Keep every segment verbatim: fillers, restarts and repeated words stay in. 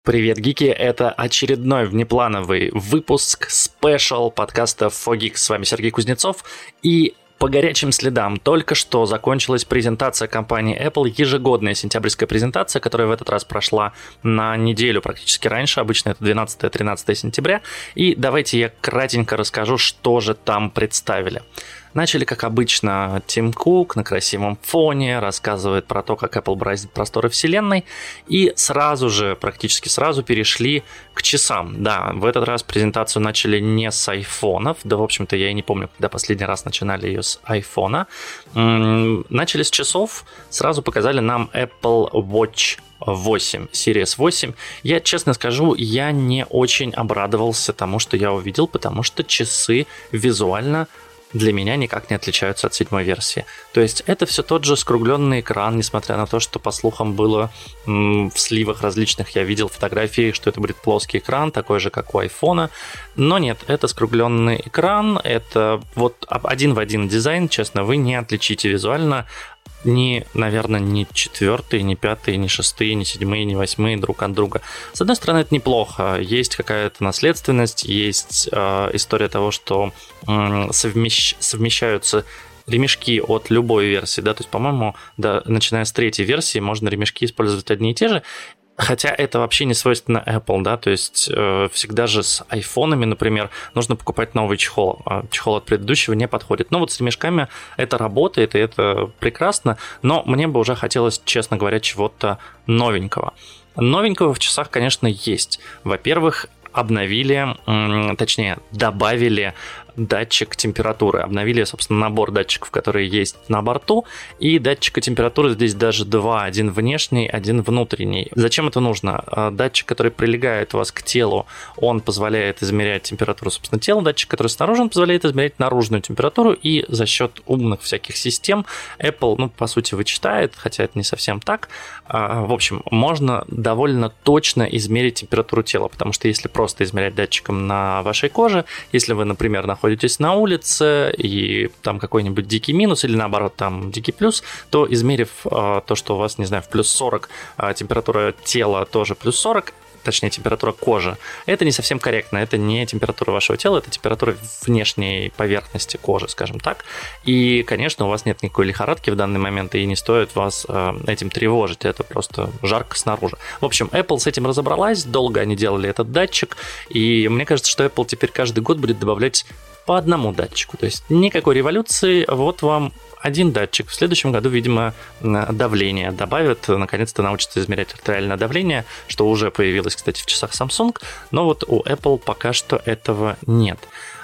Привет, гики! Это очередной внеплановый выпуск спешл подкаста фор Geeks. С вами Сергей Кузнецов. И по горячим следам только что закончилась презентация компании Apple, ежегодная сентябрьская презентация, которая в этот раз прошла на неделю практически раньше. Обычно это двенадцатое-тринадцатое сентября. И давайте я кратенько расскажу, что же там представили. Начали, как обычно, Тим Кук на красивом фоне, рассказывает про то, как Apple бороздит просторы вселенной, и сразу же, практически сразу перешли к часам. Да, в этот раз презентацию начали не с айфонов, да, в общем-то, я и не помню, когда последний раз начинали ее с айфона. Начали с часов, сразу показали нам Apple Watch восемь, Series восемь. Я, честно скажу, я не очень обрадовался тому, что я увидел, потому что часы визуально для меня никак не отличаются от седьмой версии. То есть это все тот же скругленный экран, несмотря на то, что, по слухам, было м, в сливах различных, я видел фотографии, что это будет плоский экран, такой же, как у айфона. Но нет, это скругленный экран, это вот один в один дизайн, честно, вы не отличите визуально ни, наверное, ни четвертые, ни пятые, ни шестые, ни седьмые, ни восьмые друг от друга. С одной стороны, это неплохо. Есть какая-то наследственность, есть э, история того, что э, совмещ... совмещаются ремешки от любой версии, да, то есть, по-моему, да, начиная с третьей версии можно ремешки использовать одни и те же. Хотя это вообще не свойственно Apple, да, то есть э, всегда же с айфонами, например, нужно покупать новый чехол, а чехол от предыдущего не подходит. Но вот с ремешками это работает, и это прекрасно, но мне бы уже хотелось, честно говоря, чего-то новенького. Новенького в часах, конечно, есть. Во-первых, обновили, м- точнее, добавили датчик температуры. Обновили, собственно, набор датчиков, которые есть на борту, и датчика температуры здесь даже два. Один внешний, один внутренний. Зачем это нужно? Датчик, который прилегает у вас к телу, он позволяет измерять температуру, собственно, тела. Датчик, который снаружи, он позволяет измерять наружную температуру, и за счет умных всяких систем Apple, ну, по сути, вычитает, хотя это не совсем так. В общем, можно довольно точно измерить температуру тела, потому что если просто измерять датчиком на вашей коже, если вы, например, находитесь находитесь на улице, и там какой-нибудь дикий минус, или наоборот, там дикий плюс, то, измерив э, то, что у вас, не знаю, в плюс сорок, э, температура тела тоже плюс сорок, точнее, температура кожи, это не совсем корректно, это не температура вашего тела, это температура внешней поверхности кожи, скажем так. И, конечно, у вас нет никакой лихорадки в данный момент, и не стоит вас э, этим тревожить, это просто жарко снаружи. В общем, Apple с этим разобралась, долго они делали этот датчик, и мне кажется, что Apple теперь каждый год будет добавлять по одному датчику, то есть никакой революции, вот вам один датчик. В следующем году, видимо, давление добавят, наконец-то научатся измерять артериальное давление, что уже появилось, кстати, в часах Samsung, но вот у Apple пока что этого нет.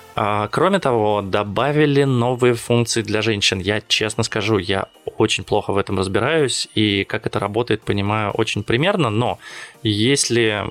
Кроме того, добавили новые функции для женщин. Я честно скажу, я очень плохо в этом разбираюсь, и как это работает, понимаю очень примерно, но если,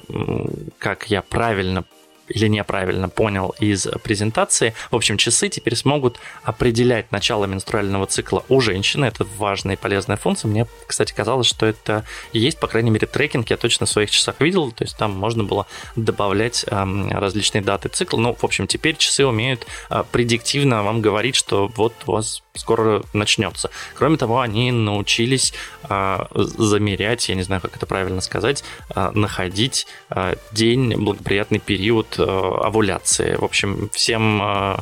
как я правильно или неправильно понял из презентации. В общем, часы теперь смогут определять начало менструального цикла у женщины. Это важная и полезная функция. Мне, кстати, казалось, что это есть, по крайней мере, трекинг я точно в своих часах видел. То есть там можно было добавлять эм, различные даты цикла. Ну, в общем, теперь часы умеют э, предиктивно вам говорить, что вот у вас скоро начнется. Кроме того, они научились э, замерять, я не знаю, как это правильно сказать, э, находить э, день, благоприятный период овуляции. В общем, всем,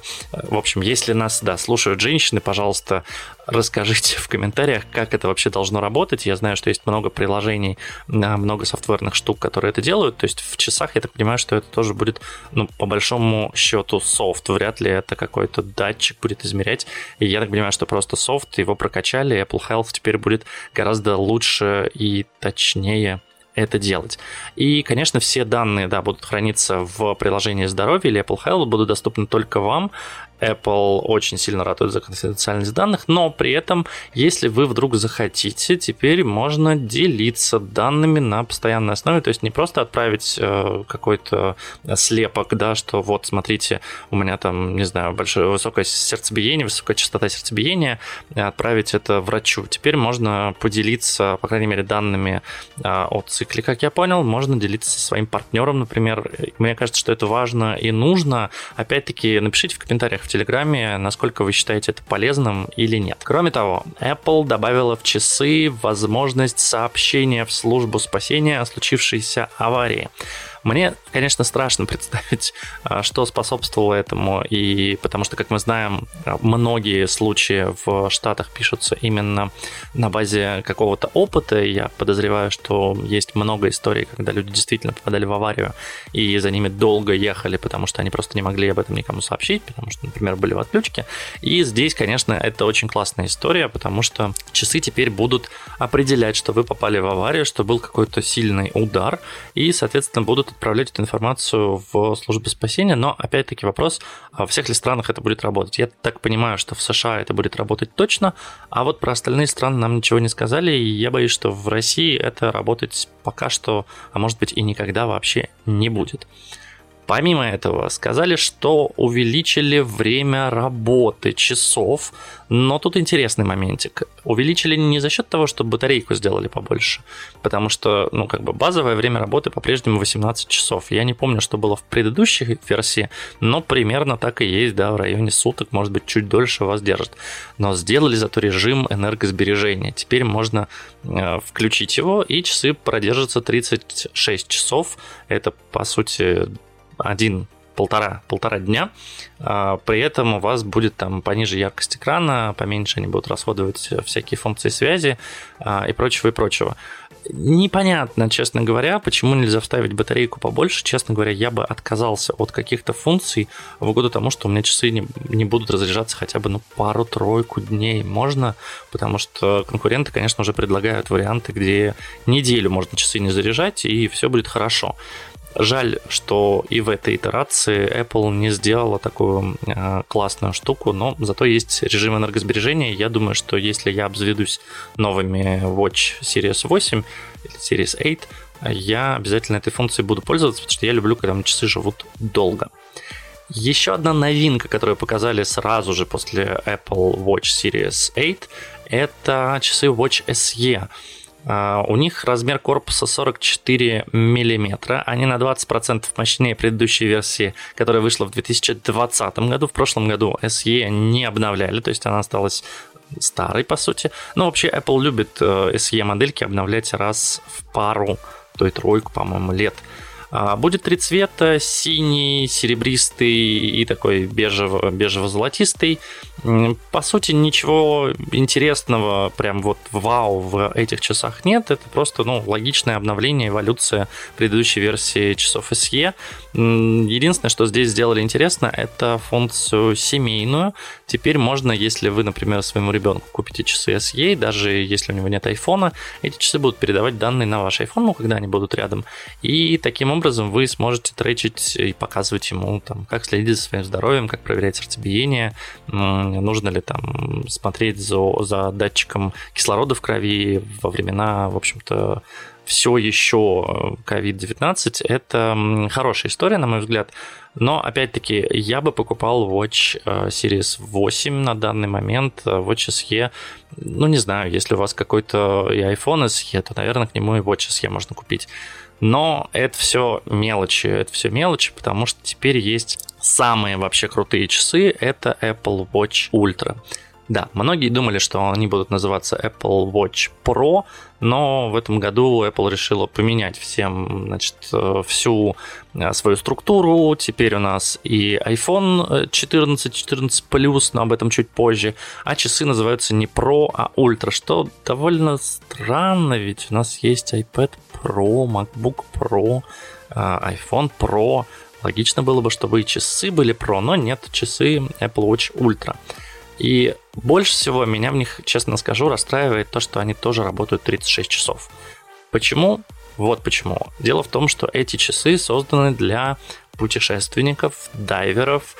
в общем, если нас, да, слушают женщины, пожалуйста, расскажите в комментариях, как это вообще должно работать. Я знаю, что есть много приложений, много софтверных штук, которые это делают. То есть в часах, я так понимаю, что это тоже будет, ну, по большому счету, софт. Вряд ли это какой-то датчик будет измерять. И я так понимаю, что просто софт, его прокачали, Apple Health теперь будет гораздо лучше и точнее это делать. И, конечно, все данные, да, будут храниться в приложении здоровья или Apple Health, будут доступны только вам. Apple очень сильно ратует за конфиденциальность данных, но при этом, если вы вдруг захотите, теперь можно делиться данными на постоянной основе, то есть не просто отправить э, какой-то слепок, да, что вот, смотрите, у меня там, не знаю, большое, высокое сердцебиение, высокая частота сердцебиения, отправить это врачу. Теперь можно поделиться, по крайней мере, данными э, о цикле, как я понял, можно делиться со своим партнером, например. Мне кажется, что это важно и нужно. Опять-таки, напишите в комментариях в Телеграме, насколько вы считаете это полезным или нет. Кроме того, Apple добавила в часы возможность сообщения в службу спасения о случившейся аварии. Мне, конечно, страшно представить, что способствовало этому, и потому что, как мы знаем, многие случаи в Штатах пишутся именно на базе какого-то опыта. Я подозреваю, что есть много историй, когда люди действительно попадали в аварию, и за ними долго ехали, потому что они просто не могли об этом никому сообщить, потому что, например, были в отключке. И здесь, конечно, это очень классная история, потому что часы теперь будут определять, что вы попали в аварию, что был какой-то сильный удар, и, соответственно, будут отправлять эту информацию в службу спасения, но опять-таки вопрос, во всех ли странах это будет работать. Я так понимаю, что в США это будет работать точно, а вот про остальные страны нам ничего не сказали, и я боюсь, что в России это работать пока что, а может быть и никогда вообще не будет. Помимо этого, сказали, что увеличили время работы часов, но тут интересный моментик. Увеличили не за счет того, что батарейку сделали побольше, потому что, ну, как бы базовое время работы по-прежнему восемнадцать часов. Я не помню, что было в предыдущей версии, но примерно так и есть, да, в районе суток, может быть, чуть дольше вас держит. Но сделали зато режим энергосбережения. Теперь можно э, включить его, и часы продержатся тридцать шесть часов. Это, по сути, один полтора, полтора дня, при этом у вас будет там пониже яркость экрана, поменьше они будут расходовать всякие функции связи и прочего, и прочего. Непонятно, честно говоря, почему нельзя вставить батарейку побольше. Честно говоря, я бы отказался от каких-то функций в угоду тому, что у меня часы не, не будут разряжаться хотя бы ну, пару-тройку дней. Можно, потому что конкуренты, конечно, уже предлагают варианты, где неделю можно часы не заряжать, и все будет хорошо. Жаль, что и в этой итерации Apple не сделала такую э, классную штуку, но зато есть режим энергосбережения. Я думаю, что если я обзаведусь новыми Watch Series восемь или Series восемь, я обязательно этой функцией буду пользоваться, потому что я люблю, когда часы живут долго. Еще одна новинка, которую показали сразу же после Apple Watch Series восемь, это часы Watch эс и. Uh, у них размер корпуса сорок четыре миллиметра, они на двадцать процентов мощнее предыдущей версии, которая вышла в две тысячи двадцатом году. В прошлом году эс и не обновляли, то есть она осталась старой, по сути. Но вообще Apple любит uh, эс и модельки обновлять раз в пару, то и тройку, по-моему, лет. Uh, будет три цвета: синий, серебристый и такой бежево- бежево-золотистый. По сути, ничего интересного, прям вот вау в этих часах нет. Это просто, ну, логичное обновление, эволюция предыдущей версии часов эс и. Единственное, что здесь сделали интересно, это функцию семейную. Теперь можно, если вы, например, своему ребенку купите часы эс и, даже если у него нет айфона, эти часы будут передавать данные на ваш айфон, ну, когда они будут рядом. И таким образом вы сможете тречить и показывать ему, там, как следить за своим здоровьем, как проверять сердцебиение, нужно ли там смотреть за, за датчиком кислорода в крови во времена, в общем-то, все еще ковид девятнадцать. Это хорошая история, на мой взгляд. Но, опять-таки, я бы покупал Watch Series восемь на данный момент. Watch эс и, ну, не знаю, если у вас какой-то и iPhone эс и, то, наверное, к нему и Watch эс и можно купить. Но это все мелочи, это все мелочи, потому что теперь есть самые вообще крутые часы, это Apple Watch Ultra. Да, многие думали, что они будут называться Apple Watch Pro, но в этом году Apple решила поменять всем, значит, всю свою структуру. Теперь у нас и iPhone четырнадцать, четырнадцать плюс, но об этом чуть позже, а часы называются не Pro, а Ultra, что довольно странно, ведь у нас есть iPad Pro, MacBook Pro, iPhone Pro. Логично было бы, чтобы и часы были Pro, но нет, часы Apple Watch Ultra. И больше всего меня в них, честно скажу, расстраивает то, что они тоже работают тридцать шесть часов. Почему? Вот почему. Дело в том, что эти часы созданы для путешественников, дайверов,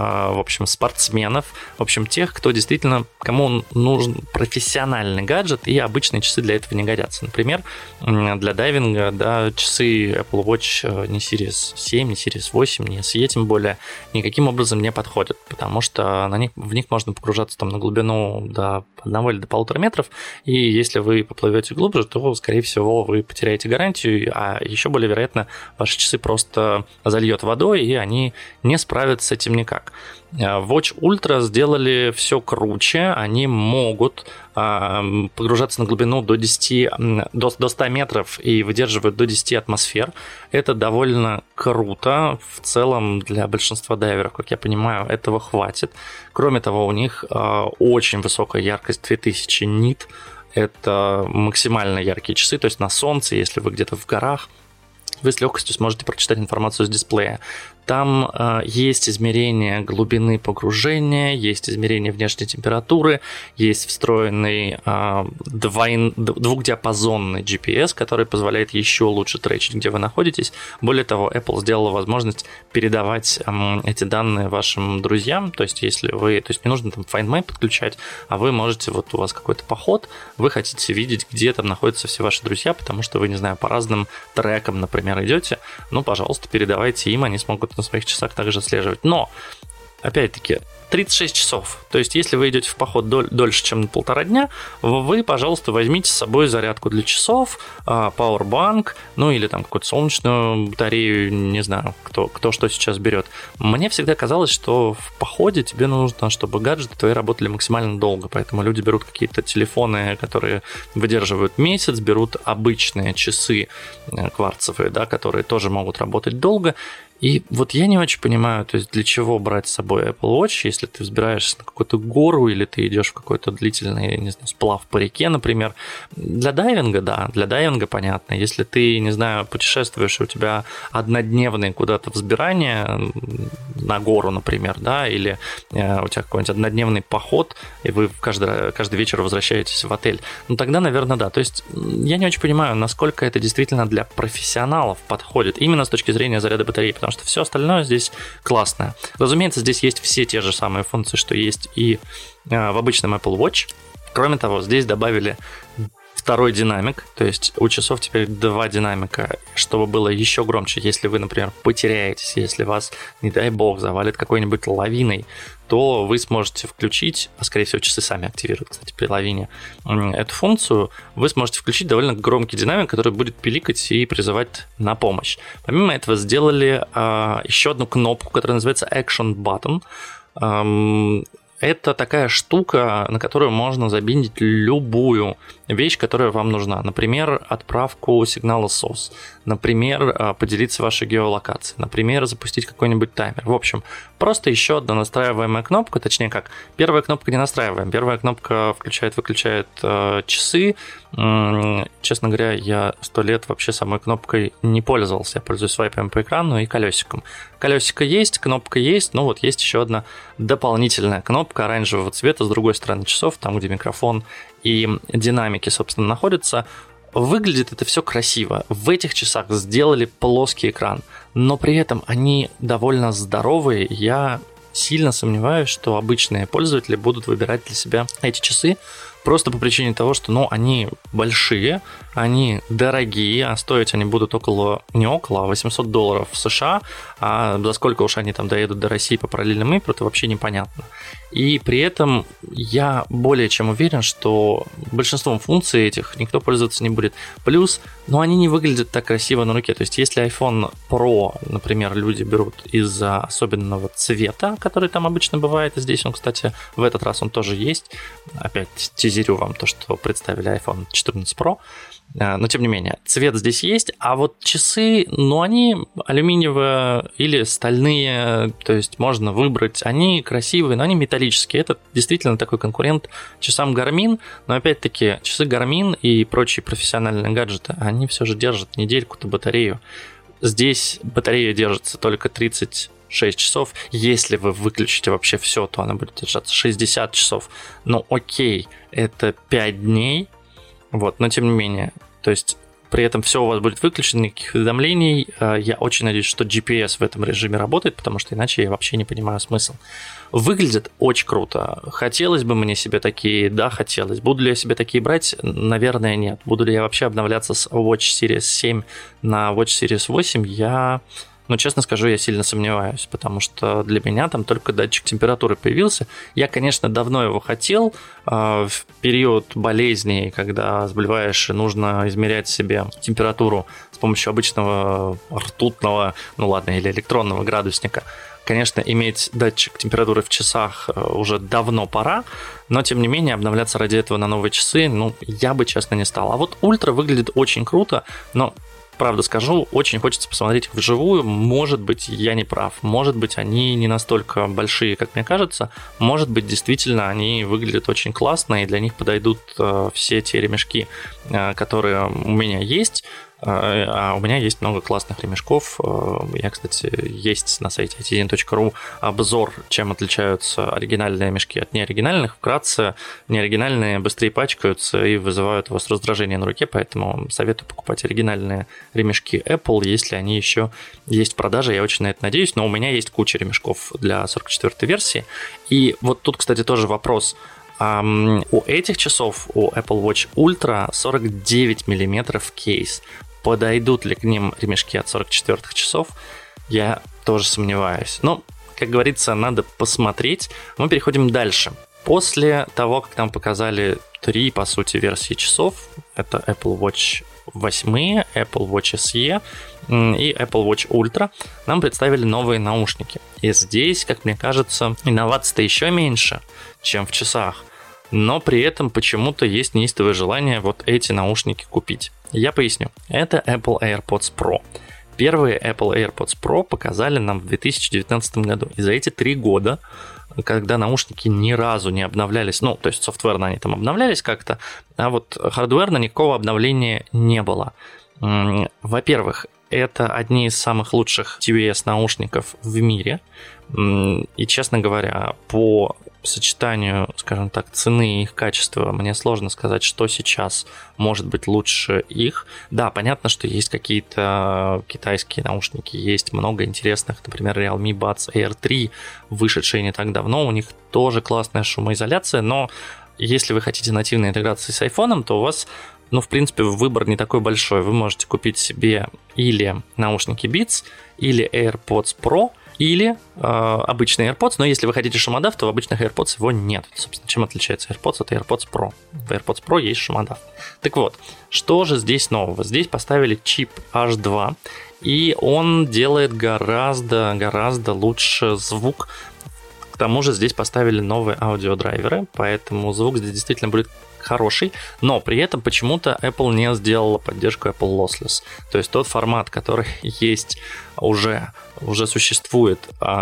в общем, спортсменов, в общем, тех, кто действительно, кому нужен профессиональный гаджет, и обычные часы для этого не годятся. Например, для дайвинга, да, часы Apple Watch не Series семь, не Series восемь, не эс и тем более, никаким образом не подходят, потому что на них, в них можно погружаться там на глубину до одного или до полутора метров, и если вы поплывете глубже, то, скорее всего, вы потеряете гарантию, а еще более вероятно, ваши часы просто зальет водой, и они не справятся с этим никак. как. Watch Ultra сделали все круче, они могут погружаться на глубину до десяти, до, до ста метров и выдерживают до десяти атмосфер. Это довольно круто. В целом для большинства дайверов, как я понимаю, этого хватит. Кроме того, у них очень высокая яркость, две тысячи нит. Это максимально яркие часы, то есть на солнце, если вы где-то в горах, вы с легкостью сможете прочитать информацию с дисплея. Там э, есть измерение глубины погружения, есть измерение внешней температуры, есть встроенный э, двойн... двухдиапазонный джи пи эс, который позволяет еще лучше тречить, где вы находитесь. Более того, Apple сделала возможность передавать э, эти данные вашим друзьям, то есть если вы, то есть не нужно там Find My подключать, а вы можете, вот у вас какой-то поход, вы хотите видеть, где там находятся все ваши друзья, потому что вы, не знаю, по разным трекам, например, идете, ну, пожалуйста, передавайте им, они смогут на своих часах также отслеживать. Но, опять-таки, тридцать шесть часов. То есть, если вы идете в поход доль, дольше, чем на полтора дня, вы, пожалуйста, возьмите с собой зарядку для часов, пауэрбанк, ну или там какую-то солнечную батарею, не знаю, кто, кто что сейчас берет. Мне всегда казалось, что в походе тебе нужно, чтобы гаджеты твои работали максимально долго, поэтому люди берут какие-то телефоны, которые выдерживают месяц, берут обычные часы кварцевые, да, которые тоже могут работать долго. И вот я не очень понимаю, то есть для чего брать с собой Apple Watch, если ты взбираешься на какую-то гору или ты идешь в какой-то длительный, не знаю, сплав по реке, например. Для дайвинга, да, для дайвинга понятно. Если ты, не знаю, путешествуешь, и у тебя однодневные куда-то взбирания на гору, например, да, или у тебя какой-нибудь однодневный поход, и вы каждый, каждый вечер возвращаетесь в отель, ну тогда, наверное, да. То есть я не очень понимаю, насколько это действительно для профессионалов подходит, именно с точки зрения заряда батареи, потому что все остальное здесь классное. Разумеется, здесь есть все те же самые функции, что есть и э, в обычном Apple Watch. Кроме того, здесь добавили второй динамик, то есть у часов теперь два динамика, чтобы было еще громче. Если вы, например, потеряетесь, если вас, не дай бог, завалит какой-нибудь лавиной, то вы сможете включить, а скорее всего часы сами активируют, кстати, при лавине, эту функцию, вы сможете включить довольно громкий динамик, который будет пиликать и призывать на помощь. Помимо этого сделали а, еще одну кнопку, которая называется Action Button. А, это такая штука, на которую можно забиндить любую вещь, которая вам нужна. Например, отправку сигнала сос. Например, поделиться вашей геолокацией. Например, запустить какой-нибудь таймер. В общем, просто еще одна настраиваемая кнопка. Точнее как, первая кнопка не настраиваем. Первая кнопка включает-выключает э, часы. М-м, честно говоря, я сто лет вообще самой кнопкой не пользовался. Я пользуюсь свайпом по экрану и колесиком. Колесико есть, кнопка есть, но вот есть еще одна дополнительная кнопка оранжевого цвета с другой стороны часов, там, где микрофон и динамики, собственно, находятся. Выглядит это все красиво. В этих часах сделали плоский экран, но при этом они довольно здоровые. Я сильно сомневаюсь, что обычные пользователи будут выбирать для себя эти часы, просто по причине того, что, ну, они большие, они дорогие, а стоить они будут около, не около, а восемьсот долларов в США, а за сколько уж они там доедут до России по параллельному импорту, это вообще непонятно. И при этом я более чем уверен, что большинством функций этих никто пользоваться не будет. Плюс, ну, они не выглядят так красиво на руке. То есть, если iPhone Pro, например, люди берут из-за особенного цвета, который там обычно бывает, и здесь он, кстати, в этот раз он тоже есть. Опять тизерю вам то, что представили iPhone четырнадцать Pro. Но, тем не менее, цвет здесь есть, а вот часы, ну, они алюминиевые или стальные, то есть можно выбрать, они красивые, но они металлические. Это действительно такой конкурент часам Garmin, но, опять-таки, часы Garmin и прочие профессиональные гаджеты, они все же держат недельку-то батарею. Здесь батарея держится только тридцать шесть часов. Если вы выключите вообще все, то она будет держаться шестьдесят часов. Ну, окей, это пять дней. Вот, но тем не менее, то есть при этом все у вас будет выключено, никаких уведомлений. Я очень надеюсь, что джи пи эс в этом режиме работает, потому что иначе я вообще не понимаю смысл. Выглядит очень круто. Хотелось бы мне себе такие, да, хотелось. Буду ли я себе такие брать? Наверное, нет. Буду ли я вообще обновляться с Watch Series семь на Watch Series восемь? Я но, честно скажу, я сильно сомневаюсь, потому что для меня там только датчик температуры появился. Я, конечно, давно его хотел, в период болезней, когда заболеваешь и нужно измерять себе температуру с помощью обычного ртутного, ну ладно, или электронного градусника. Конечно, иметь датчик температуры в часах уже давно пора, но, тем не менее, обновляться ради этого на новые часы, ну, я бы, честно, не стал. А вот Ультра выглядит очень круто, но, правда скажу, очень хочется посмотреть их вживую. Может быть, я не прав, может быть, они не настолько большие, как мне кажется, может быть, действительно, они выглядят очень классно, и для них подойдут э, все те ремешки, э, которые у меня есть. А у меня есть много классных ремешков. Я, кстати, есть на сайте ай ти один точка ру обзор, чем отличаются оригинальные ремешки от неоригинальных. Вкратце, неоригинальные быстрее пачкаются и вызывают у вас раздражение на руке, поэтому советую покупать оригинальные ремешки Apple, если они еще есть в продаже. Я очень на это надеюсь, но у меня есть куча ремешков для сорок четвёртой версии. И вот тут, кстати, тоже вопрос. Um, у этих часов, у Apple Watch Ultra сорок девять миллиметров кейс. Подойдут ли к ним ремешки от сорок четвёртых часов, я тоже сомневаюсь. Но, как говорится, надо посмотреть. Мы переходим дальше. После того, как нам показали три, по сути, версии часов, это Apple Watch восемь, Apple Watch эс и и Apple Watch Ultra, нам представили новые наушники. И здесь, как мне кажется, инноваций-то еще меньше, чем в часах. Но при этом почему-то есть неистовое желание вот эти наушники купить. Я поясню. Это Apple AirPods Pro. Первые Apple AirPods Pro показали нам в две тысячи девятнадцатом году. И за эти три года, когда наушники ни разу не обновлялись, ну, то есть софтверно они там обновлялись как-то, а вот хардверно никакого обновления не было. Во-первых, это одни из самых лучших ти ви эс наушников в мире. И, честно говоря, по сочетанию, скажем так, цены и их качества, мне сложно сказать, что сейчас может быть лучше их. Да, понятно, что есть какие-то китайские наушники, есть много интересных, например, Realme Buds Air три, вышедшие не так давно, у них тоже классная шумоизоляция, но если вы хотите нативной интеграции с iPhone, то у вас, ну, в принципе, выбор не такой большой. Вы можете купить себе или наушники Beats, или AirPods Pro, или э, обычные AirPods, но если вы хотите шумодав, то в обычных AirPods его нет. Собственно, чем отличается AirPods от AirPods Pro? В AirPods Pro есть шумодав. Так вот, что же здесь нового? Здесь поставили чип эйч два, и он делает гораздо, гораздо лучше звук. К тому же здесь поставили новые аудиодрайверы, поэтому звук здесь действительно будет хороший, но при этом почему-то Apple не сделала поддержку Apple Lossless. То есть тот формат, который есть уже, уже существует,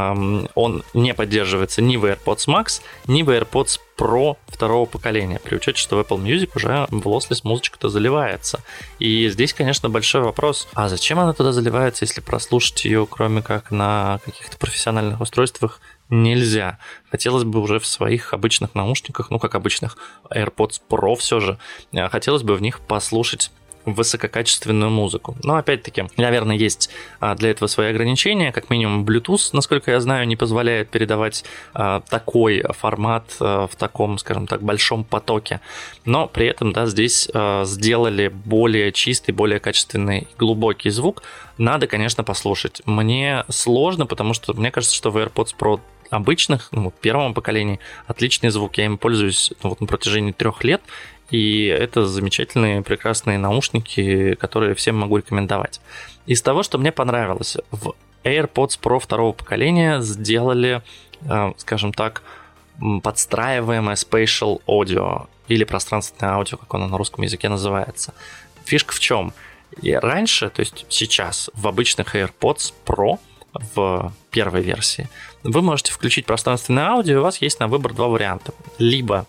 он не поддерживается ни в AirPods Max, ни в AirPods Pro второго поколения, при учете, что в Apple Music уже в Lossless музычка-то заливается. И здесь, конечно, большой вопрос, а зачем она туда заливается, если прослушать ее, кроме как на каких-то профессиональных устройствах, нельзя. Хотелось бы уже в своих обычных наушниках, ну как обычных AirPods Pro все же, хотелось бы в них послушать высококачественную музыку. Но опять-таки, наверное, есть для этого свои ограничения. Как минимум Bluetooth, насколько я знаю, не позволяет передавать такой формат в таком, скажем так, большом потоке. Но при этом, да, здесь сделали более чистый, более качественный, глубокий звук. Надо, конечно, послушать. Мне сложно, потому что мне кажется, что в AirPods Pro обычных, ну, в первом поколении отличный звук. Я им пользуюсь, ну, вот на протяжении трех лет. И это замечательные, прекрасные наушники, которые всем могу рекомендовать. Из того, что мне понравилось, в AirPods Pro второго поколения сделали, скажем так, подстраиваемое Spatial Audio, или пространственное аудио, как оно на русском языке называется. Фишка в чем? И раньше, то есть сейчас, в обычных AirPods Pro, в первой версии, вы можете включить пространственное аудио, и у вас есть на выбор два варианта. Либо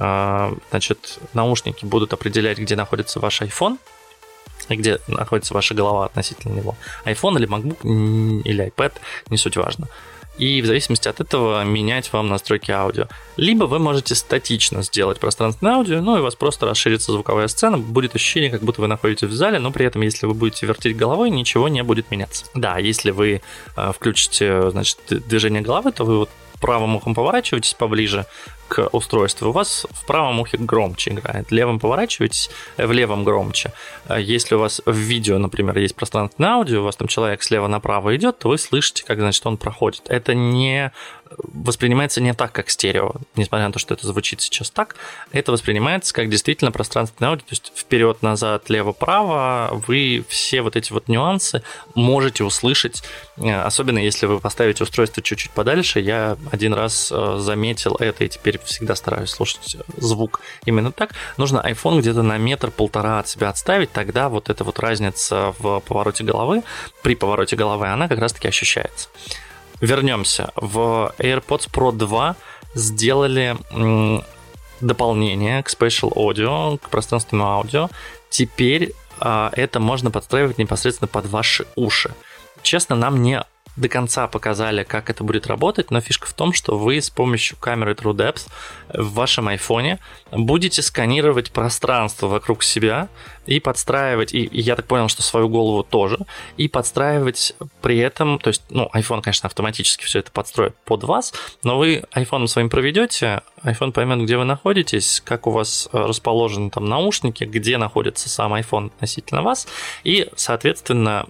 значит, наушники будут определять, где находится ваш iPhone, и где находится ваша голова относительно него. iPhone или MacBook или iPad, не суть важно. И в зависимости от этого менять вам настройки аудио. Либо вы можете статично сделать пространственное аудио, ну и у вас просто расширится звуковая сцена, будет ощущение, как будто вы находитесь в зале, но при этом, если вы будете вертеть головой, ничего не будет меняться. Да, если вы э, включите, значит, движение головы, то вы вот правым ухом поворачиваетесь поближе к устройству, у вас в правом ухе громче играет, левым поворачиваетесь, в левом громче. Если у вас в видео, например, есть пространственное аудио, у вас там человек слева направо идет, то вы слышите, как, значит, он проходит. Это не воспринимается не так, как стерео, несмотря на то, что это звучит сейчас так, это воспринимается как действительно пространственное аудио, то есть вперед, назад, лево, право, вы все вот эти вот нюансы можете услышать, особенно если вы поставите устройство чуть-чуть подальше. Я один раз заметил это и теперь всегда стараюсь слушать звук именно так. Нужно iPhone где-то на метр-полтора от себя отставить, тогда вот эта вот разница в повороте головы, при повороте головы, она как раз-таки ощущается. Вернемся. В AirPods Pro два сделали м, дополнение к Spatial Audio, к пространственному аудио. Теперь а, это можно подстраивать непосредственно под ваши уши. Честно, нам не до конца показали, как это будет работать, но фишка в том, что вы с помощью камеры TrueDepth в вашем айфоне будете сканировать пространство вокруг себя и подстраивать, и, и я так понял, что свою голову тоже, и подстраивать при этом, то есть, ну, iPhone, конечно, автоматически все это подстроит под вас, но вы айфоном своим проведете, iPhone поймет, где вы находитесь, как у вас расположены там наушники, где находится сам iPhone относительно вас, и, соответственно,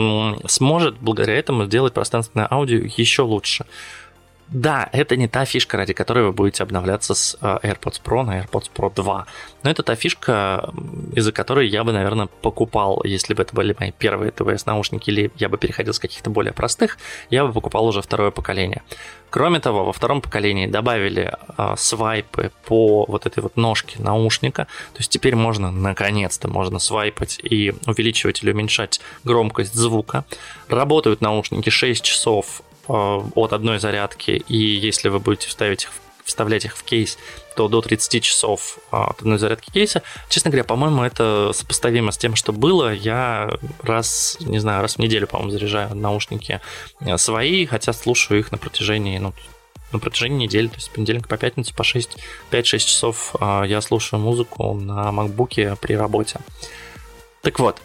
сможет благодаря этому сделать пространственное аудио еще лучше. Да, это не та фишка, ради которой вы будете обновляться с AirPods Pro на AirPods Pro два. Но это та фишка, из-за которой я бы, наверное, покупал, если бы это были мои первые ти ви эс-наушники, или я бы переходил с каких-то более простых, я бы покупал уже второе поколение. Кроме того, во втором поколении добавили э, свайпы по вот этой вот ножке наушника. То есть теперь можно, наконец-то, можно свайпать и увеличивать или уменьшать громкость звука. Работают наушники шесть часов от одной зарядки, и если вы будете вставить их, вставлять их в кейс, то до тридцать часов от одной зарядки кейса. Честно говоря, по-моему, это сопоставимо с тем, что было. Я раз, не знаю, раз в неделю, по-моему, заряжаю наушники свои, хотя слушаю их на протяжении, ну, на протяжении недели, то есть с понедельника по пятницу по пять-шесть часов я слушаю музыку на MacBook'е при работе. Так вот,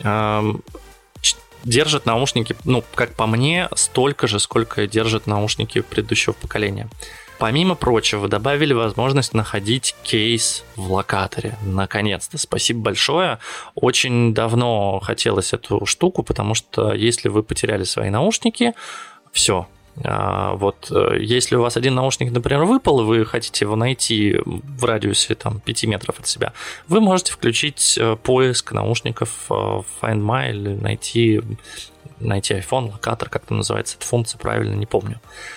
держат наушники, ну, как по мне, столько же, сколько держат наушники предыдущего поколения. Помимо прочего, добавили возможность находить кейс в локаторе. Наконец-то. Спасибо большое. Очень давно хотелось эту штуку, потому что если вы потеряли свои наушники, все. Вот если у вас один наушник, например, выпал, и вы хотите его найти в радиусе там, пяти метров от себя, вы можете включить поиск наушников Find My или найти, найти iPhone, локатор, как это называется, эта функция, правильно, не помню.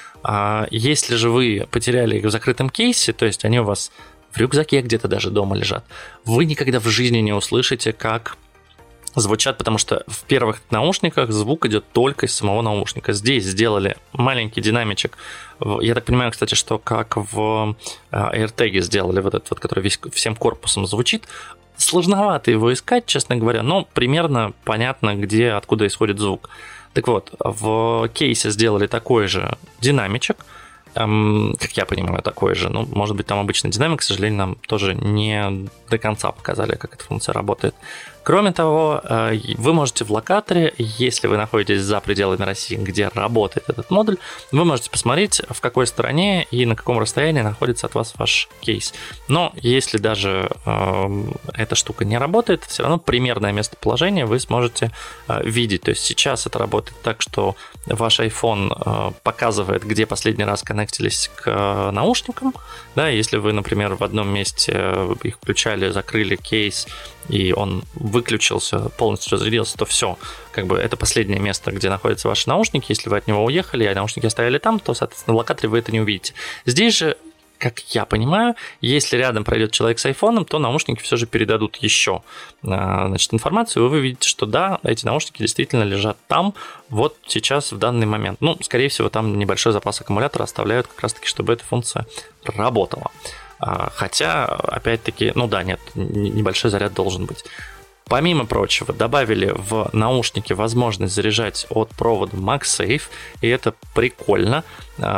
Если же вы потеряли их в закрытом кейсе, то есть они у вас в рюкзаке где-то даже дома лежат, вы никогда в жизни не услышите, как звучат, потому что в первых наушниках звук идет только из самого наушника. Здесь сделали маленький динамичек. Я так понимаю, кстати, что как в AirTag сделали вот этот вот, который весь, всем корпусом звучит. Сложновато его искать, честно говоря, но примерно понятно, где, откуда исходит звук. Так вот, в кейсе сделали такой же динамичек, эм, как я понимаю, такой же. Ну, может быть, там обычный динамик, к сожалению, нам тоже не до конца показали, как эта функция работает. Кроме того, вы можете в локаторе, если вы находитесь за пределами России, где работает этот модуль, вы можете посмотреть, в какой стране и на каком расстоянии находится от вас ваш кейс. Но если даже э, эта штука не работает, все равно примерное местоположение вы сможете э, видеть. То есть сейчас это работает так, что ваш iPhone э, показывает, где последний раз коннектились к э, наушникам. Да, если вы, например, в одном месте их включали, закрыли кейс, и он выключился, полностью разрядился, то все, как бы это последнее место, где находятся ваши наушники. Если вы от него уехали, а наушники оставили там, то, соответственно, в локаторе вы это не увидите. Здесь же, как я понимаю, если рядом пройдет человек с айфоном, то наушники все же передадут еще, значит, информацию, и вы увидите, что да, эти наушники действительно лежат там, вот сейчас, в данный момент. Ну, скорее всего, там небольшой запас аккумулятора оставляют как раз-таки, чтобы эта функция работала. Хотя, опять-таки, ну да, нет, небольшой заряд должен быть. Помимо прочего, добавили в наушники возможность заряжать от провода MagSafe, и это прикольно.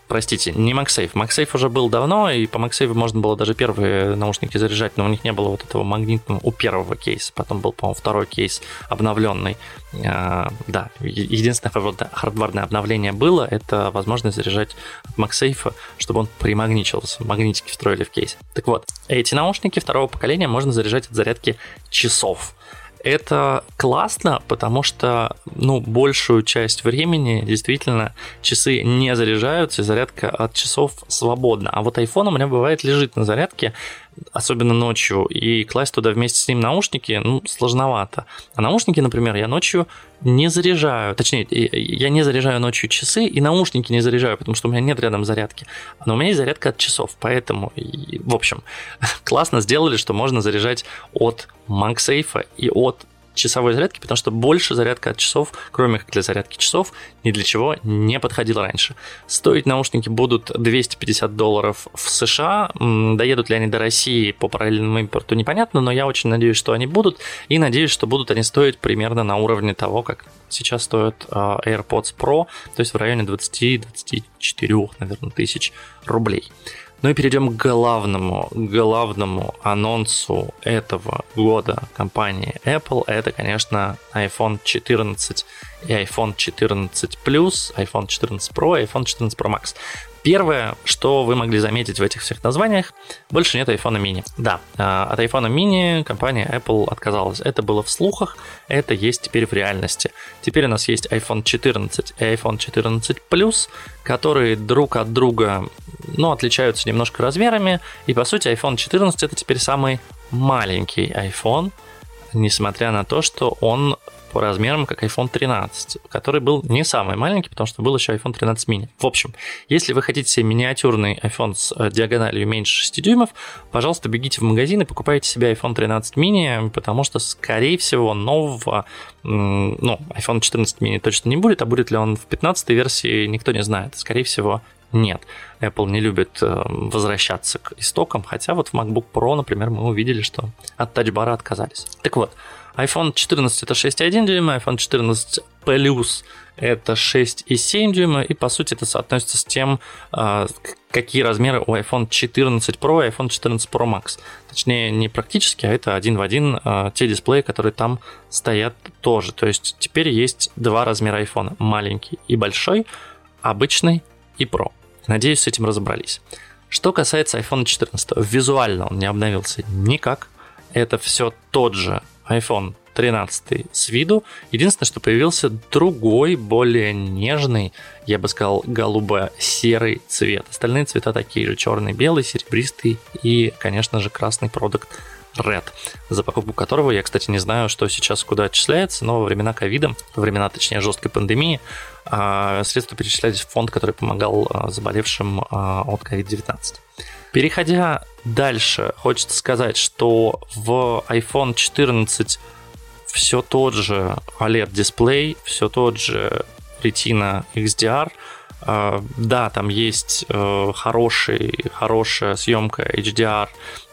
Простите, не MagSafe. MagSafe уже был давно, и по MagSafe можно было даже первые наушники заряжать, но у них не было вот этого магнитного у первого кейса. Потом был, по-моему, второй кейс обновленный. А, да, единственное хардварное обновление было, это возможность заряжать от MagSafe, чтобы он примагничивался. Магнитики встроили в кейс. Так вот, эти наушники второго поколения можно заряжать от зарядки часов. Это классно, потому что, ну, большую часть времени действительно часы не заряжаются, и зарядка от часов свободна. А вот iPhone у меня бывает лежит на зарядке, особенно ночью, и класть туда вместе с ним наушники, ну, сложновато. А наушники, например, я ночью не заряжаю, точнее, я не заряжаю ночью часы, и наушники не заряжаю, потому что у меня нет рядом зарядки. Но у меня есть зарядка от часов, поэтому, в общем, классно сделали, что можно заряжать от MagSafe и от часовой зарядки, потому что больше зарядка от часов, кроме как для зарядки часов, ни для чего не подходила раньше. Стоить наушники будут двести пятьдесят долларов в США. Доедут ли они до России по параллельному импорту, непонятно, но я очень надеюсь, что они будут, и надеюсь, что будут они стоить примерно на уровне того, как сейчас стоят AirPods Pro, то есть в районе двадцать-двадцать четыре, наверное, тысяч рублей. Ну и перейдем к главному, главному анонсу этого года компании Apple. Это, конечно, iPhone четырнадцать и iPhone четырнадцать плюс, iPhone четырнадцать Pro и iPhone четырнадцать Pro Max. Первое, что вы могли заметить в этих всех названиях, больше нет iPhone mini. Да, от iPhone mini компания Apple отказалась. Это было в слухах, это есть теперь в реальности. Теперь у нас есть iPhone четырнадцать и iPhone четырнадцать плюс, которые друг от друга, ну, отличаются немножко размерами. И, по сути, iPhone четырнадцать это теперь самый маленький iPhone, несмотря на то, что он по размерам как iPhone тринадцать, который был не самый маленький, потому что был еще iPhone тринадцать mini. В общем, если вы хотите себе миниатюрный iPhone с диагональю меньше шести дюймов, пожалуйста, бегите в магазин и покупайте себе iPhone тринадцать mini, потому что, скорее всего, нового, ну, iPhone четырнадцать mini точно не будет, а будет ли он в пятнадцатой версии, никто не знает. Скорее всего, нет. Apple не любит возвращаться к истокам, хотя вот в MacBook Pro, например, мы увидели, что от тачбара отказались. Так вот, iPhone четырнадцать это шесть и один дюйма, iPhone четырнадцать плюс это шесть и семь дюйма, и по сути это соотносится с тем, какие размеры у iPhone четырнадцать Pro и iPhone четырнадцать Pro Max. Точнее, не практически, а это один в один те дисплеи, которые там стоят тоже. То есть теперь есть два размера iPhone, маленький и большой, обычный и Pro. Надеюсь, с этим разобрались. Что касается iPhone четырнадцать, визуально он не обновился никак. Это все тот же iPhone тринадцать с виду. Единственное, что появился другой, более нежный, я бы сказал, голубо-серый цвет. Остальные цвета такие же: черный, белый, серебристый и, конечно же, красный продукт Red, за покупку которого я, кстати, не знаю, что сейчас куда отчисляется, но во времена ковида, во времена, точнее, жесткой пандемии, средства перечислялись в фонд, который помогал заболевшим от ковид девятнадцать. Переходя дальше, хочется сказать, что в iPhone четырнадцать все тот же о лед-дисплей, все тот же Retina икс ди ар. Да, там есть хороший, хорошая съемка эйч ди ар,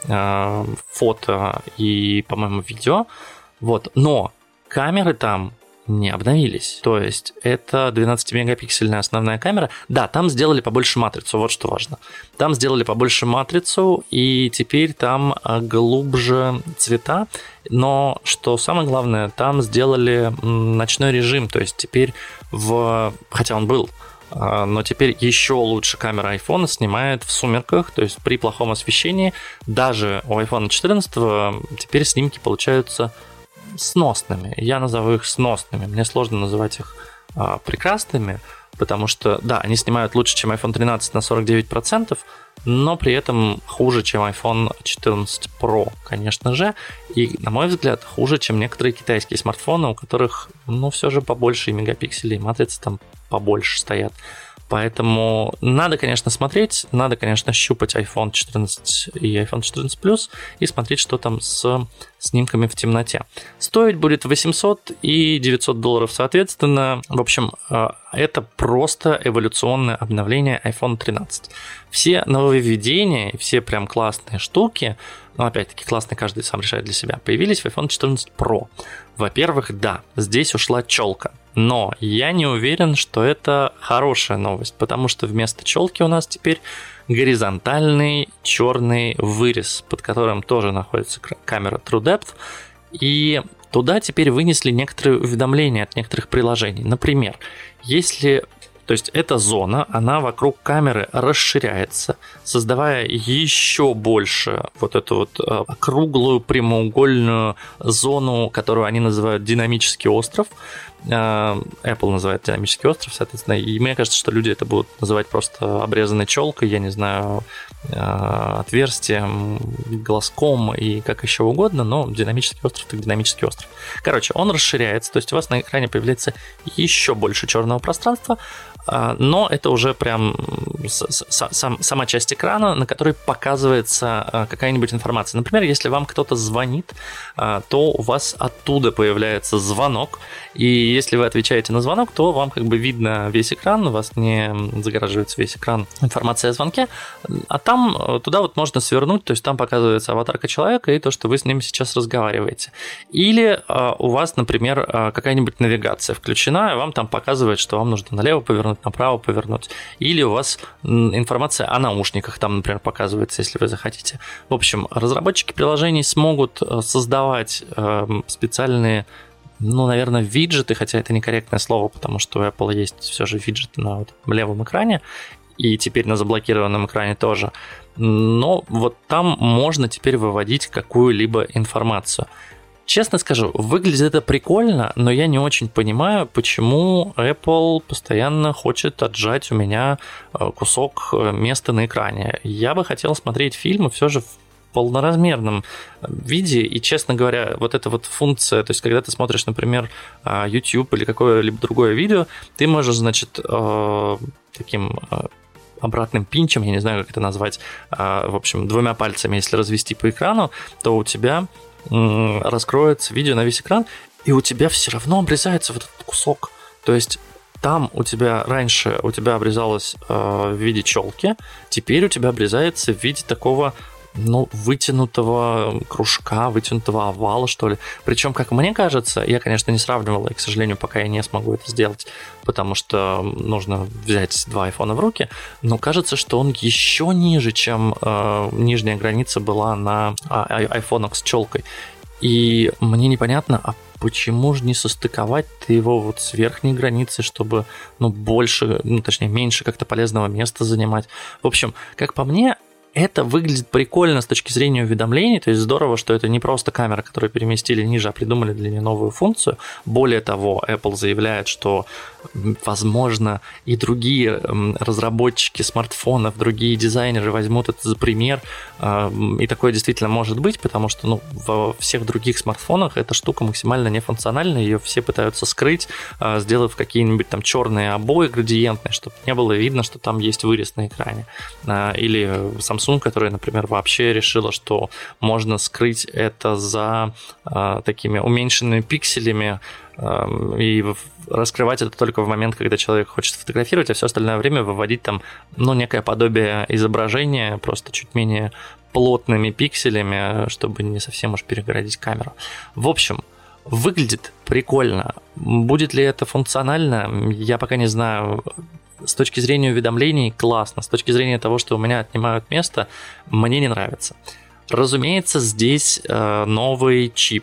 фото и, по-моему, видео. Вот. Но камеры там не обновились. То есть это двенадцатимегапиксельная основная камера. Да, там сделали побольше матрицу, вот что важно. Там сделали побольше матрицу, и теперь там глубже цвета. Но что самое главное, там сделали ночной режим. То есть теперь в... Хотя он был, но теперь еще лучше камера iPhone снимает в сумерках, то есть при плохом освещении. Даже у iPhone четырнадцать теперь снимки получаются сносными. Я назову их сносными. Мне сложно называть их а, прекрасными, потому что, да, они снимают лучше, чем iPhone тринадцать на сорок девять процентов, но при этом хуже, чем iPhone четырнадцать Pro, конечно же, и, на мой взгляд, хуже, чем некоторые китайские смартфоны, у которых, ну, все же побольше и мегапикселей, матрицы там побольше стоят. Поэтому надо, конечно, смотреть, надо, конечно, щупать iPhone четырнадцать и iPhone четырнадцать плюс и смотреть, что там с снимками в темноте. Стоить будет восемьсот и девятьсот долларов соответственно. В общем, это просто эволюционное обновление iPhone тринадцать. Все нововведения, все прям классные штуки, но опять-таки классные, каждый сам решает для себя, появились в iPhone четырнадцать Pro. Во-первых, да, здесь ушла челка. Но я не уверен, что это хорошая новость, потому что вместо челки у нас теперь горизонтальный черный вырез, под которым тоже находится камера TrueDepth, и туда теперь вынесли некоторые уведомления от некоторых приложений. Например, если... То есть эта зона, она вокруг камеры расширяется, создавая еще больше вот эту вот округлую прямоугольную зону, которую они называют динамический остров. Apple называет динамический остров, соответственно, и мне кажется, что люди это будут называть просто обрезанной челкой, я не знаю, отверстием, глазком и как еще угодно, но динамический остров так динамический остров. Короче, он расширяется, то есть у вас на экране появляется еще больше черного пространства, но это уже прям сам, сама часть экрана, на которой показывается какая-нибудь информация. Например, если вам кто-то звонит, то у вас оттуда появляется звонок, и если вы отвечаете на звонок, то вам как бы видно весь экран, у вас не загораживается весь экран информация о звонке, а там туда вот можно свернуть, то есть там показывается аватарка человека и то, что вы с ним сейчас разговариваете. Или у вас, например, какая-нибудь навигация включена, и вам там показывает, что вам нужно налево повернуть, направо повернуть. Или у вас информация о наушниках там, например, показывается, если вы захотите. В общем, разработчики приложений смогут создавать специальные, ну, наверное, виджеты, хотя это некорректное слово, потому что у Apple есть все же виджеты на вот левом экране, и теперь на заблокированном экране тоже. Но вот там можно теперь выводить какую-либо информацию. Честно скажу, выглядит это прикольно, но я не очень понимаю, почему Apple постоянно хочет отжать у меня кусок места на экране. Я бы хотел смотреть фильмы все же в полноразмерном виде, и, честно говоря, вот эта вот функция, то есть, когда ты смотришь, например, YouTube или какое-либо другое видео, ты можешь, значит, таким обратным пинчем, я не знаю, как это назвать, в общем, двумя пальцами, если развести по экрану, то у тебя раскроется видео на весь экран, и у тебя все равно обрезается вот этот кусок. То есть там у тебя раньше у тебя обрезалось э, в виде челки, теперь у тебя обрезается в виде такого, ну, вытянутого кружка, вытянутого овала, что ли. Причем, как мне кажется, я, конечно, не сравнивал, и, к сожалению, пока я не смогу это сделать, потому что нужно взять два айфона в руки, но кажется, что он еще ниже, чем э, нижняя граница была на ай- айфонах с челкой. И мне непонятно, а почему же не состыковать его вот с верхней границы, чтобы, ну, больше, ну, точнее, меньше как-то полезного места занимать. В общем, как по мне, это выглядит прикольно с точки зрения уведомлений, то есть здорово, что это не просто камера, которую переместили ниже, а придумали для нее новую функцию. Более того, Apple заявляет, что, возможно, и другие разработчики смартфонов, другие дизайнеры возьмут это за пример, и такое действительно может быть, потому что, ну, во всех других смартфонах эта штука максимально нефункциональна, ее все пытаются скрыть, сделав какие-нибудь там черные обои градиентные, чтобы не было видно, что там есть вырез на экране. Или Samsung, которая, например, вообще решила, что можно скрыть это за э, такими уменьшенными пикселями э, и раскрывать это только в момент, когда человек хочет фотографировать, а все остальное время выводить там, ну, некое подобие изображения, просто чуть менее плотными пикселями, чтобы не совсем уж перегородить камеру. В общем, выглядит прикольно. Будет ли это функционально, я пока не знаю. С точки зрения уведомлений классно, с точки зрения того, что у меня отнимают место, мне не нравится. Разумеется, здесь э, новый чип.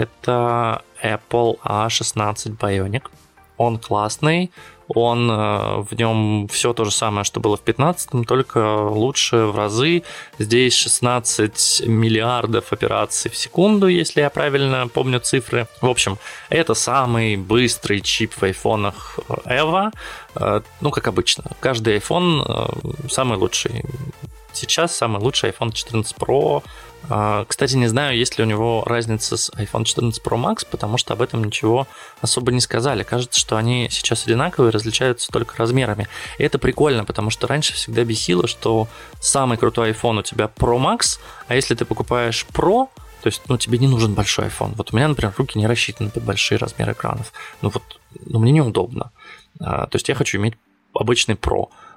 Это Apple эй шестнадцать Bionic. Он классный, он, э, в нем все то же самое, что было в пятнадцатом, только лучше в разы. Здесь шестнадцать миллиардов операций в секунду, если я правильно помню цифры. В общем, это самый быстрый чип в айфонах ever. Э, ну, как обычно, каждый iPhone э, самый лучший. Сейчас самый лучший iPhone четырнадцать Pro. Кстати, не знаю, есть ли у него разница с iPhone четырнадцать Pro Max, потому что об этом ничего особо не сказали. Кажется, что они сейчас одинаковые, различаются только размерами. И это прикольно, потому что раньше всегда бесило, что самый крутой iPhone у тебя Pro Max, а если ты покупаешь Pro, то есть, ну, тебе не нужен большой iPhone. Вот у меня, например, руки не рассчитаны под большие размеры экранов. Ну, вот, ну, мне неудобно. То есть, я хочу иметь обычный Pro.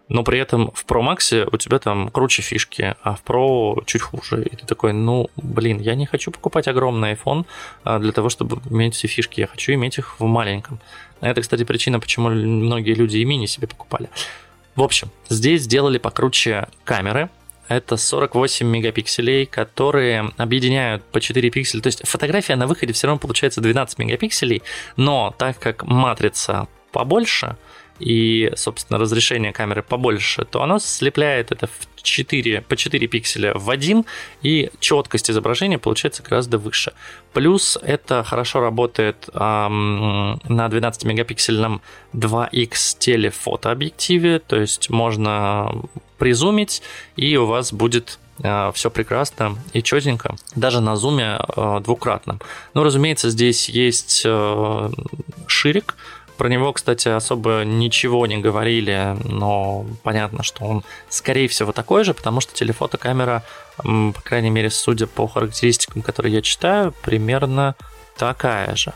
но при этом в Pro Max у тебя там круче фишки, а в Pro чуть хуже. И ты такой, ну, блин, я не хочу покупать огромный iPhone для того, чтобы иметь все фишки, я хочу иметь их в маленьком. Это, кстати, причина, почему многие люди и мини себе покупали. В общем, здесь сделали покруче камеры. Это сорок восемь мегапикселей, которые объединяют по четыре пикселя. То есть фотография на выходе все равно получается двенадцать мегапикселей, но так как матрица побольше и, собственно, разрешение камеры побольше, то оно слепляет это в четыре, по четыре пикселя в один, и четкость изображения получается гораздо выше. Плюс это хорошо работает эм, на двенадцатимегапиксельном два икс телефотообъективе, то есть можно призумить, и у вас будет э, все прекрасно и четенько, даже на зуме э, двукратном. Ну, разумеется, здесь есть э, ширик. Про него, кстати, особо ничего не говорили, но понятно, что он, скорее всего, такой же, потому что телефотокамера, по крайней мере, судя по характеристикам, которые я читаю, примерно такая же.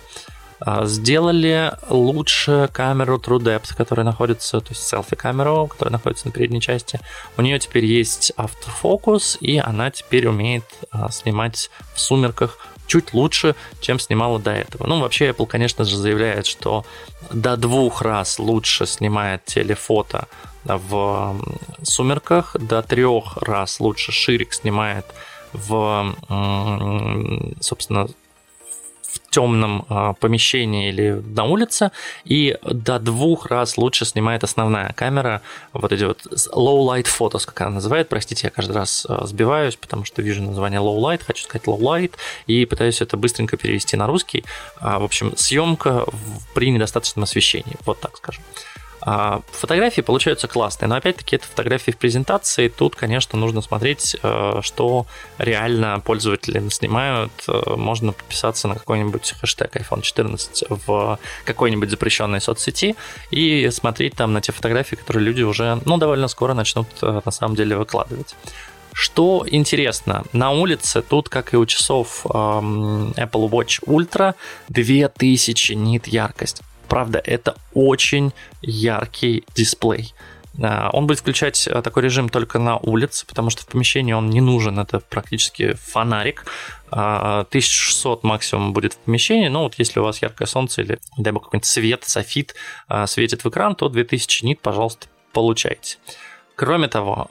Сделали лучше камеру TrueDepth, которая находится, то есть селфи-камеру, которая находится на передней части. У нее теперь есть автофокус, и она теперь умеет снимать в сумерках чуть лучше, чем снимала до этого. Ну, вообще, Apple, конечно же, заявляет, что до двух раз лучше снимает телефото в сумерках, до трех раз лучше ширик снимает в, собственно, в темном помещении или на улице, и до двух раз лучше снимает основная камера, вот эти вот low light photos, как она называет, простите, я каждый раз сбиваюсь, потому что вижу название low light, хочу сказать low light, и пытаюсь это быстренько перевести на русский. В общем, съемка при недостаточном освещении, вот так скажем. Фотографии получаются классные, но опять-таки это фотографии в презентации. Тут, конечно, нужно смотреть, что реально пользователи снимают. Можно подписаться на какой-нибудь хэштег айфон четырнадцать в какой-нибудь запрещенной соцсети и смотреть там на те фотографии, которые люди уже, ну, довольно скоро начнут на самом деле выкладывать. Что интересно, на улице тут, как и у часов Apple Watch Ultra, две тысячи нит яркость. Правда, это очень яркий дисплей. Он будет включать такой режим только на улице, потому что в помещении он не нужен, это практически фонарик. тысяча шестьсот максимум будет в помещении, но вот если у вас яркое солнце или, дай бог, какой-нибудь свет, софит светит в экран, то две тысячи нит, пожалуйста, получайте. Кроме того,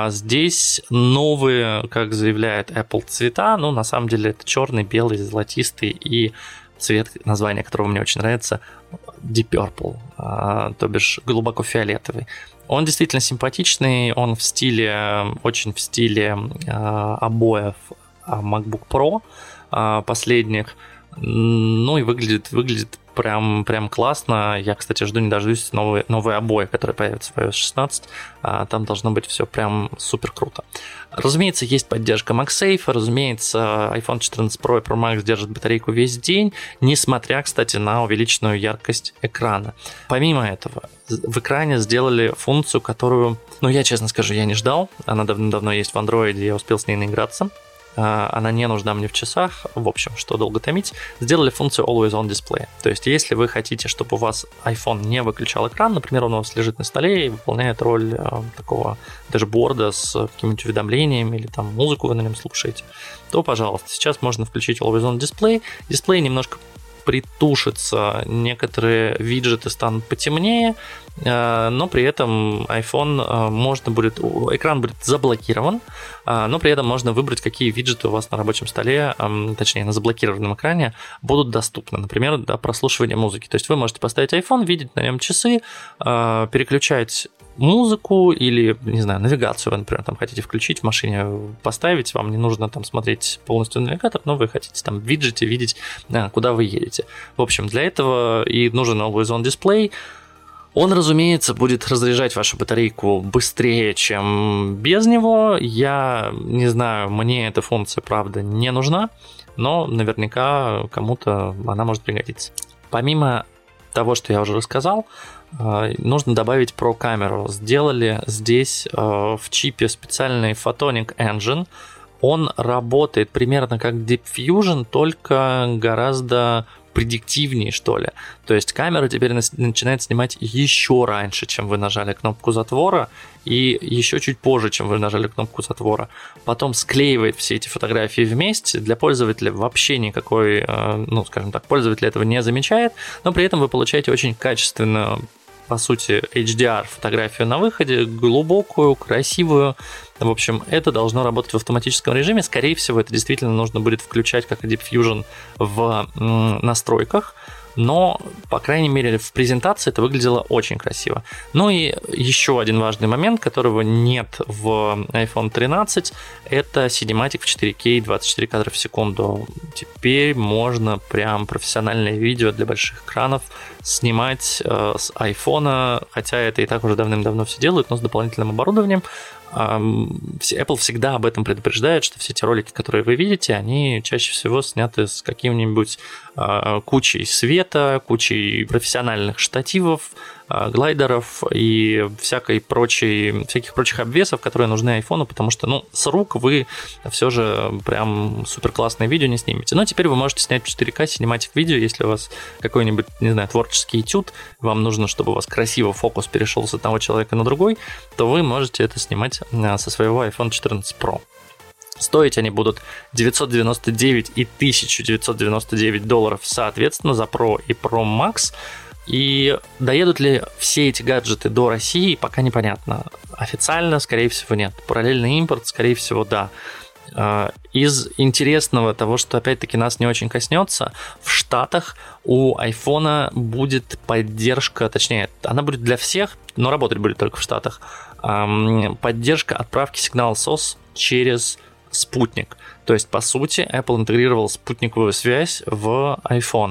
здесь новые, как заявляет Apple, цвета, ну, на самом деле это черный, белый, золотистый и цвет, название которого мне очень нравится, Deep Purple, а, то бишь глубоко фиолетовый. Он действительно симпатичный, он в стиле, очень в стиле а, обоев MacBook Pro а, последних, ну и выглядит, выглядит прям, прям классно. Я, кстати, жду не дождусь новые, новые обои, которые появятся в ай о эс шестнадцать. А, там должно быть все прям супер круто. Разумеется, есть поддержка MagSafe, разумеется, айфон четырнадцать Pro и Pro Max держат батарейку весь день, несмотря, кстати, на увеличенную яркость экрана. Помимо этого, в экране сделали функцию, которую, ну, я честно скажу, я не ждал. Она давно-давно есть в Android, я успел с ней наиграться. Она не нужна мне в часах, в общем, что долго томить. Сделали функцию Always On Display. То есть, если вы хотите, чтобы у вас iPhone не выключал экран, например, он у вас лежит на столе и выполняет роль э, такого дашборда с какими-нибудь уведомлениями или там музыку вы на нем слушаете, то, пожалуйста, сейчас можно включить Always On Display. Дисплей немножко притушится, некоторые виджеты станут потемнее, но при этом iPhone можно будет, экран будет заблокирован, но при этом можно выбрать, какие виджеты у вас на рабочем столе, точнее на заблокированном экране, будут доступны, например, для прослушивания музыки. То есть вы можете поставить iPhone, видеть на нем часы, переключать музыку или, не знаю, навигацию вы, например, там хотите включить в машине, поставить, вам не нужно там смотреть полностью навигатор, но вы хотите там в виджете видеть, куда вы едете. В общем, для этого и нужен Always On Display. Он, разумеется, будет разряжать вашу батарейку быстрее, чем без него. Я не знаю, мне эта функция, правда, не нужна, но наверняка кому-то она может пригодиться. Помимо того, что я уже рассказал, нужно добавить про камеру. Сделали здесь в чипе специальный Photonic Engine. Он работает примерно как Deep Fusion, только гораздо предиктивнее, что ли. То есть камера теперь начинает снимать еще раньше, чем вы нажали кнопку затвора, и еще чуть позже, чем вы нажали кнопку затвора. Потом склеивает все эти фотографии вместе. Для пользователя вообще никакой, ну, скажем так, пользователь этого не замечает, но при этом вы получаете очень качественную, по сути, эйч ди ар-фотографию на выходе, глубокую, красивую. В общем, это должно работать в автоматическом режиме. Скорее всего, это действительно нужно будет включать как Deep Fusion в настройках. Но, по крайней мере, в презентации это выглядело очень красиво. Ну и еще один важный момент, которого нет в айфон тринадцать, это Cinematic в четыре кей двадцать четыре кадра в секунду. Теперь можно прям профессиональное видео для больших экранов снимать э, с айфона, хотя это и так уже давным-давно все делают, но с дополнительным оборудованием. Apple всегда об этом предупреждает, что все эти ролики, которые вы видите, они чаще всего сняты с каким-нибудь кучей света, кучей профессиональных штативов, глайдеров и всякой прочей, всяких прочих обвесов, которые нужны айфону, потому что, ну, с рук вы все же прям супер классное видео не снимете. Но теперь вы можете снять в четыре ка синематик видео, если у вас какой-нибудь, не знаю, творческий этюд, вам нужно, чтобы у вас красиво фокус перешел с одного человека на другой, то вы можете это снимать со своего айфон четырнадцать про. Стоить они будут девятьсот девяносто девять и тысяча девятьсот девяносто девять долларов соответственно за Pro и Pro Max. И доедут ли все эти гаджеты до России, пока непонятно. Официально, скорее всего, нет. Параллельный импорт, скорее всего, да. Из интересного того, что опять-таки нас не очень коснется, в Штатах у айфона будет поддержка, точнее, она будет для всех, но работать будет только в Штатах, поддержка отправки сигнала сос через спутник. То есть, по сути, Apple интегрировал спутниковую связь в iPhone.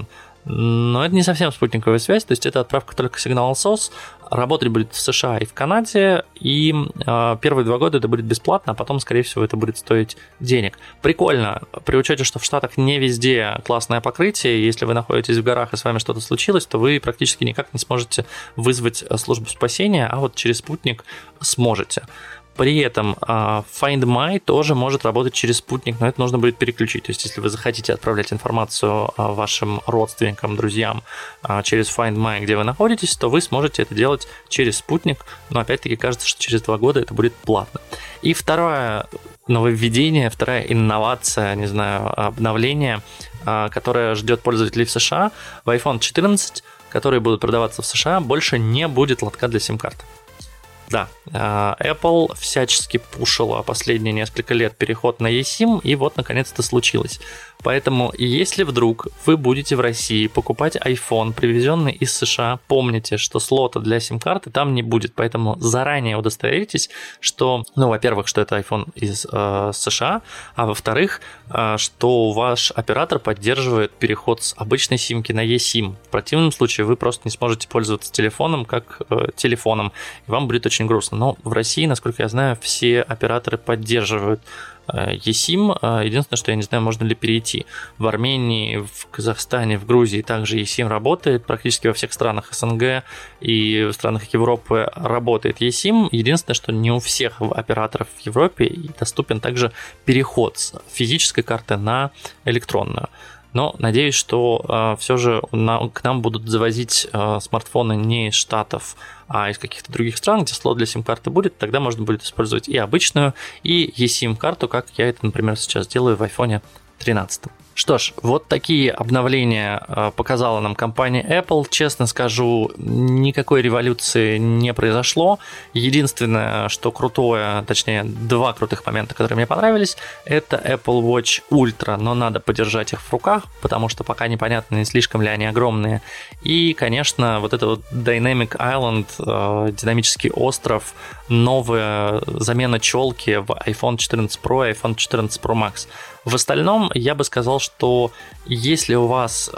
Но это не совсем спутниковая связь, то есть это отправка только сигнала сос. Работать будет в США и в Канаде, и э, первые два года это будет бесплатно, а потом, скорее всего, это будет стоить денег. Прикольно, при учете, что в Штатах не везде классное покрытие, если вы находитесь в горах и с вами что-то случилось, то вы практически никак не сможете вызвать службу спасения, а вот через спутник сможете. При этом Find My тоже может работать через спутник, но это нужно будет переключить. То есть, если вы захотите отправлять информацию вашим родственникам, друзьям через Find My, где вы находитесь, то вы сможете это делать через спутник. Но опять-таки кажется, что через два года это будет платно. И второе нововведение, вторая инновация, не знаю, обновление, которое ждет пользователей в США, в айфон четырнадцать, которые будут продаваться в США, больше не будет лотка для сим-карт. Да, Apple всячески пушила последние несколько лет переход на eSIM, и вот наконец-то случилось. Поэтому, если вдруг вы будете в России покупать iPhone, привезенный из США, помните, что слота для сим-карты там не будет, поэтому заранее удостоверитесь, что, ну, во-первых, что это iPhone из э, США, а во-вторых, э, что ваш оператор поддерживает переход с обычной симки на eSIM. В противном случае вы просто не сможете пользоваться телефоном как э, телефоном, и вам будет очень грустно. Но в России, насколько я знаю, все операторы поддерживают eSIM. Единственное, что я не знаю, можно ли перейти. В Армении, в Казахстане, в Грузии также eSIM работает. Практически во всех странах СНГ и в странах Европы работает eSIM. Единственное, что не у всех операторов в Европе доступен также переход с физической карты на электронную. Но надеюсь, что э, все же на, к нам будут завозить э, смартфоны не из Штатов, а из каких-то других стран, где слот для сим-карты будет. Тогда можно будет использовать и обычную, и eSIM-карту, как я это, например, сейчас делаю в айфон тринадцать. Что ж, вот такие обновления э, показала нам компания Apple. Честно скажу, никакой революции не произошло. Единственное, что крутое, точнее, два крутых момента, которые мне понравились, это Apple Watch Ultra, но надо подержать их в руках, потому что пока непонятно, не слишком ли они огромные. И, конечно, вот это вот Dynamic Island, э, динамический остров, новая замена челки в айфон четырнадцать про и айфон четырнадцать про Max. В остальном, я бы сказал, что если у вас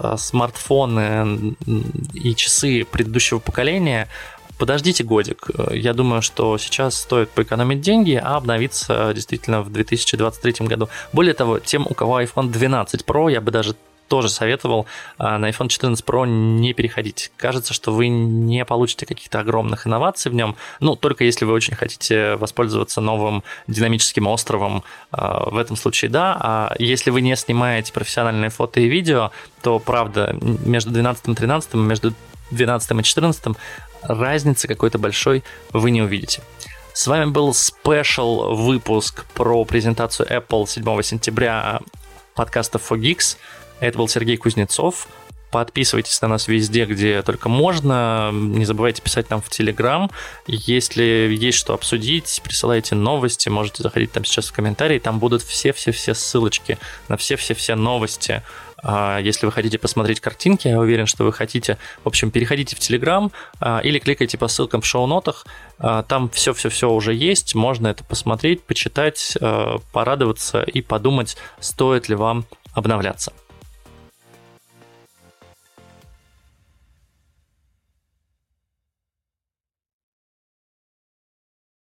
смартфоны и часы предыдущего поколения, подождите годик. Я думаю, что сейчас стоит поэкономить деньги, а обновиться действительно в две тысячи двадцать третьем году. Более того, тем, у кого айфон двенадцать про, я бы даже тоже советовал на iPhone четырнадцать Pro не переходить. Кажется, что вы не получите каких-то огромных инноваций в нем, ну, только если вы очень хотите воспользоваться новым динамическим островом, в этом случае да, а если вы не снимаете профессиональные фото и видео, то, правда, между двенадцатым и тринадцатым, между двенадцатым и четырнадцатым разницы какой-то большой вы не увидите. С вами был спешл выпуск про презентацию Apple седьмого сентября подкаста фор гикс. Это был Сергей Кузнецов. Подписывайтесь на нас везде, где только можно. Не забывайте писать нам в Telegram. Если есть что обсудить, присылайте новости. Можете заходить там сейчас в комментарии. Там будут все-все-все ссылочки на все-все-все новости. Если вы хотите посмотреть картинки, я уверен, что вы хотите. В общем, переходите в Telegram или кликайте по ссылкам в шоу-нотах. Там все-все-все уже есть. Можно это посмотреть, почитать, порадоваться и подумать, стоит ли вам обновляться.